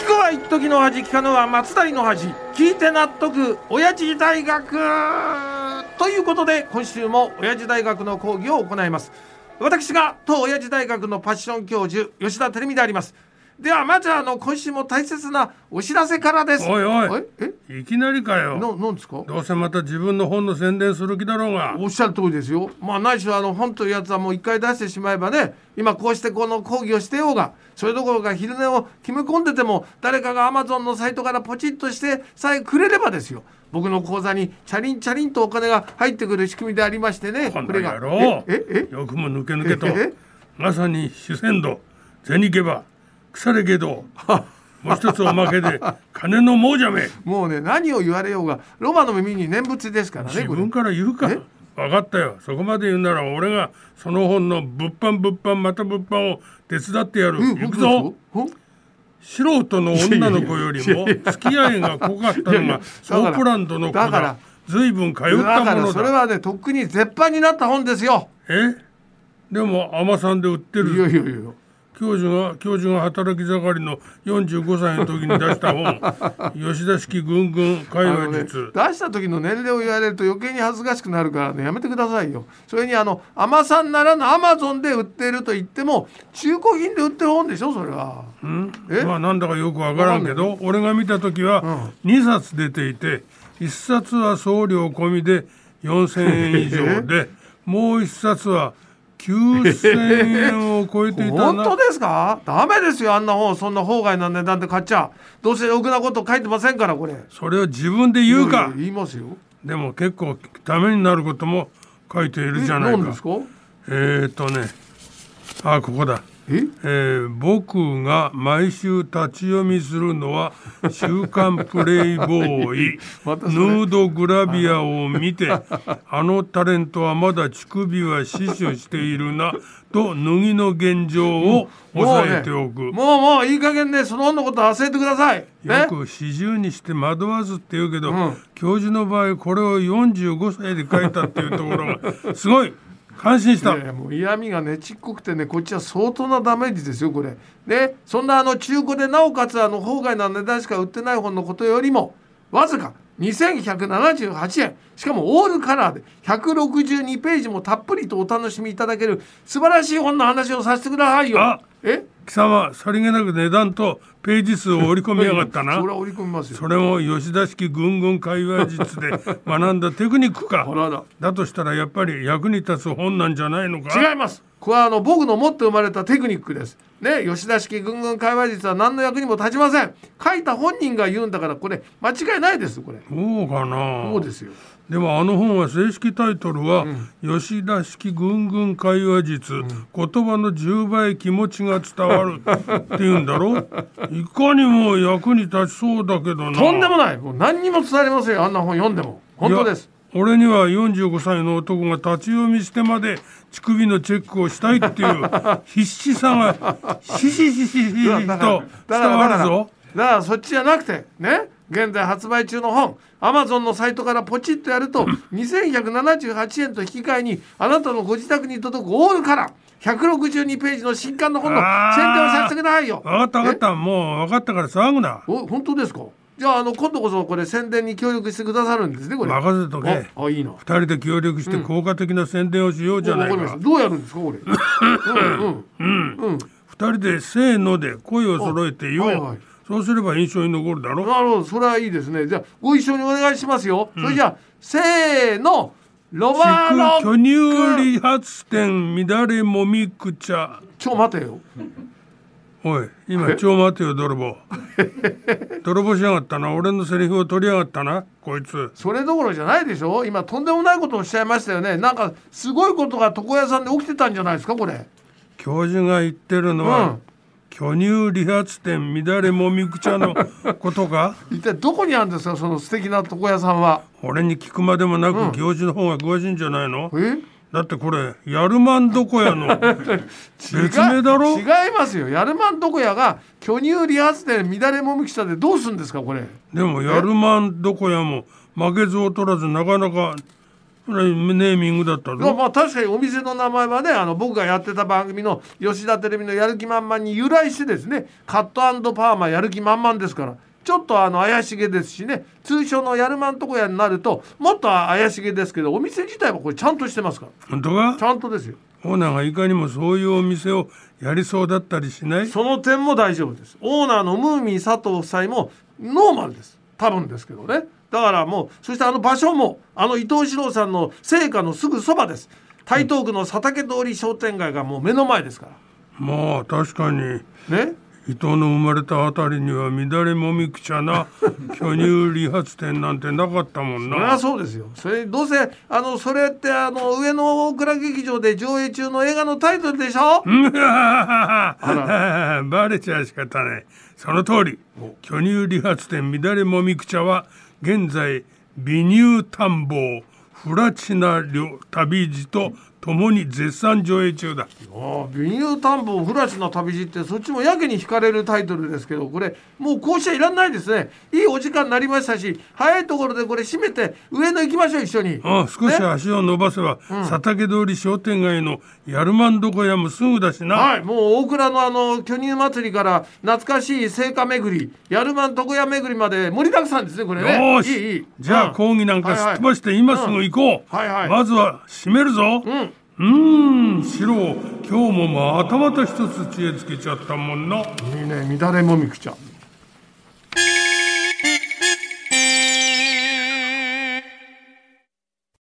聞くは一時の恥、聞かぬは松谷の恥、聞いて納得親父大学ということで、今週も親父大学の講義を行います。私が当親父大学のパッション教授吉田照美であります。ではまず今週も大切なお知らせからです。 おいおい、いきなりかよ。 なんですか。 どうせまた自分の本の宣伝する気だろうが。 おっしゃる通りですよ。ないしは本というやつはもう一回出してしまえばね、今こうしてこの講義をしてようが、それどころか昼寝を決め込んでても誰かが Amazon のサイトからポチッとしてさえくれればですよ、僕の口座にチャリンチャリンとお金が入ってくる仕組みでありましてね。 この野郎、よくも抜け抜けと、まさに主戦度、銭ゲバ腐れけどもう一つおまけで金の亡者め。 もうね、何を言われようがロバの耳に念仏ですからね。 自分から言うか。分かったよ。そこまで言うなら俺がその本の物販また物販を手伝ってやる。行くぞ。素人の女の子よりも付き合いが濃かったのがソープランドの子だ。ずいぶん通ったものだ。 だからそれはね、とっくに絶版になった本ですよ。 でも甘さんで売ってる。 いや教授が働き盛りの45歳の時に出した本吉田式ぐんぐん会話術、 出した時の年齢を言われると余計に恥ずかしくなるからね、やめてくださいよ。それに甘さんならぬアマゾンで売っていると言っても中古品で売ってる本でしょ、それは。 なんだかよくわからんけど、俺が見た時は2冊出ていて、1冊は送料込みで4000円以上でもう1冊は9000円を超えていたな。 本当ですか。ダメですよ、あんな本そんな法外な値段で買っちゃ。どうせろくなこと書いてませんから。これそれを自分で言うか。 言いますよ。 でも結構ためになることも書いているじゃないか。 何ですか。 ここだ。僕が毎週立ち読みするのは週刊プレイボーイヌードグラビアを見て、あのタレントはまだ乳首は死守しているなと脱ぎの現状を押さえておく。 もういい加減ね、その本のことは忘れてください、 よく四十にして惑わずって言うけど、教授の場合これを45歳で書いたっていうところがすごい感心した。 もう嫌味がねちっこくてね、こっちは相当なダメージですよこれね。そんな中古でなおかつ法外な値段しか売ってない本のことよりもわずか2178円、しかもオールカラーで162ページもたっぷりとお楽しみいただける素晴らしい本の話をさせてくださいよ。 貴様さりげなく値段とページ数を織り込みやがったな。 それは織り込みますよ。 それも吉田式ぐんぐん会話術で学んだテクニックか。だとしたらやっぱり役に立つ本なんじゃないのか。 違います。これは僕の持って生まれたテクニックですね。吉田式ぐんぐん会話術は何の役にも立ちません。書いた本人が言うんだから、これ間違いないです。これそうかな。 そうですよ。 でもあの本は正式タイトルは、吉田式ぐんぐん会話術、言葉の10倍気持ちが伝わるっていうんだろ。いかにも役に立ちそうだけどな。 とんでもない。もう何にも伝わりませんよ、あんな本読んでも。本当です。 俺には45歳の男が立ち読みしてまで乳首のチェックをしたいっていう必死さがしと伝わるぞ。 だからそっちじゃなくてね、現在発売中の本 Amazon のサイトからポチッとやると2178円と引き換えにあなたのご自宅に届くオールカラー162ページの新刊の本の宣伝をさせてくださいよ。 分かった、もう分かったから騒ぐな。 本当ですか。じゃあ今度こそこれ宣伝に協力してくださるんですね。これ任せとけ。 いいな。 2人で協力して効果的な宣伝をしようじゃないか。 どうやるんですかこれ。 2人でせーので声を揃えて言おう。そうすれば印象に残るだろ。 なるほど、それはいいですね。じゃあご一緒にお願いしますよ。それじゃあせーの。ロバーロック巨乳理髪店乱れもみくちゃ。 ちょ待てよ。 おい今ちょ待てよ泥棒泥棒しやがったな。俺のセリフを取りやがったなこいつ。 それどころじゃないでしょ。今とんでもないことをおっしゃいましたよね。なんかすごいことが床屋さんで起きてたんじゃないですかこれ。 教授が言ってるのは、巨乳理髪店乱れもみくちゃのことか。 一体どこにあるんですかその素敵な床屋さんは。 俺に聞くまでもなく、教授の方が詳しいんじゃないの。だってこれヤルマン床屋の別名だろ。 違いますよ。ヤルマン床屋が巨乳理髪店乱れもみくちゃでどうするんですかこれ。 でもヤルマン床屋も負けず劣らずなかなかネーミングだったぞ。 まあ確かにお店の名前はね僕がやってた番組の吉田テレビのやる気満々に由来してですね、カット&パーマやる気満々ですから、ちょっと怪しげですしね、通称のやるまんとこやになるともっと怪しげですけど、お店自体はこれちゃんとしてますから。 本当か？ ちゃんとですよ。 オーナーがいかにもそういうお店をやりそうだったりしない？ その点も大丈夫です。オーナーのムーミン佐藤夫妻もノーマルです。多分ですけどね。だからもう、そして場所も伊藤四郎さんの生家のすぐそばです。台東区の佐竹通り商店街がもう目の前ですから。 まあ確かにね、 伊藤の生まれたあたりには乱れもみくちゃな巨乳理髪店なんてなかったもんな。 そりゃそうですよ。それどうせそれって上野大倉劇場で上映中の映画のタイトルでしょ。 バレちゃ仕方ない。その通り。巨乳理髪店乱れもみくちゃは現在美乳探訪フラチナ旅路とともに絶賛上映中だ。 美乳探訪フラチナ旅路って、そっちもやけに惹かれるタイトルですけど、これもうこうしちゃいらんないですね。いいお時間になりましたし、早いところでこれ閉めて上野行きましょう、一緒に。 少し足を伸ばせば、佐竹通り商店街のやるまん床屋もすぐだしな。 はい、もう大倉の巨乳祭りから懐かしい青果巡り、やるまん床屋巡りまで盛りだくさんですね、これね。 よーし、いいじゃあ講義なんかすっ飛ばして今すぐ行こう。まずは閉めるぞ。シロ、今日もまたまた一つ知恵つけちゃったもんな。 いいね、乱れもみくちゃん。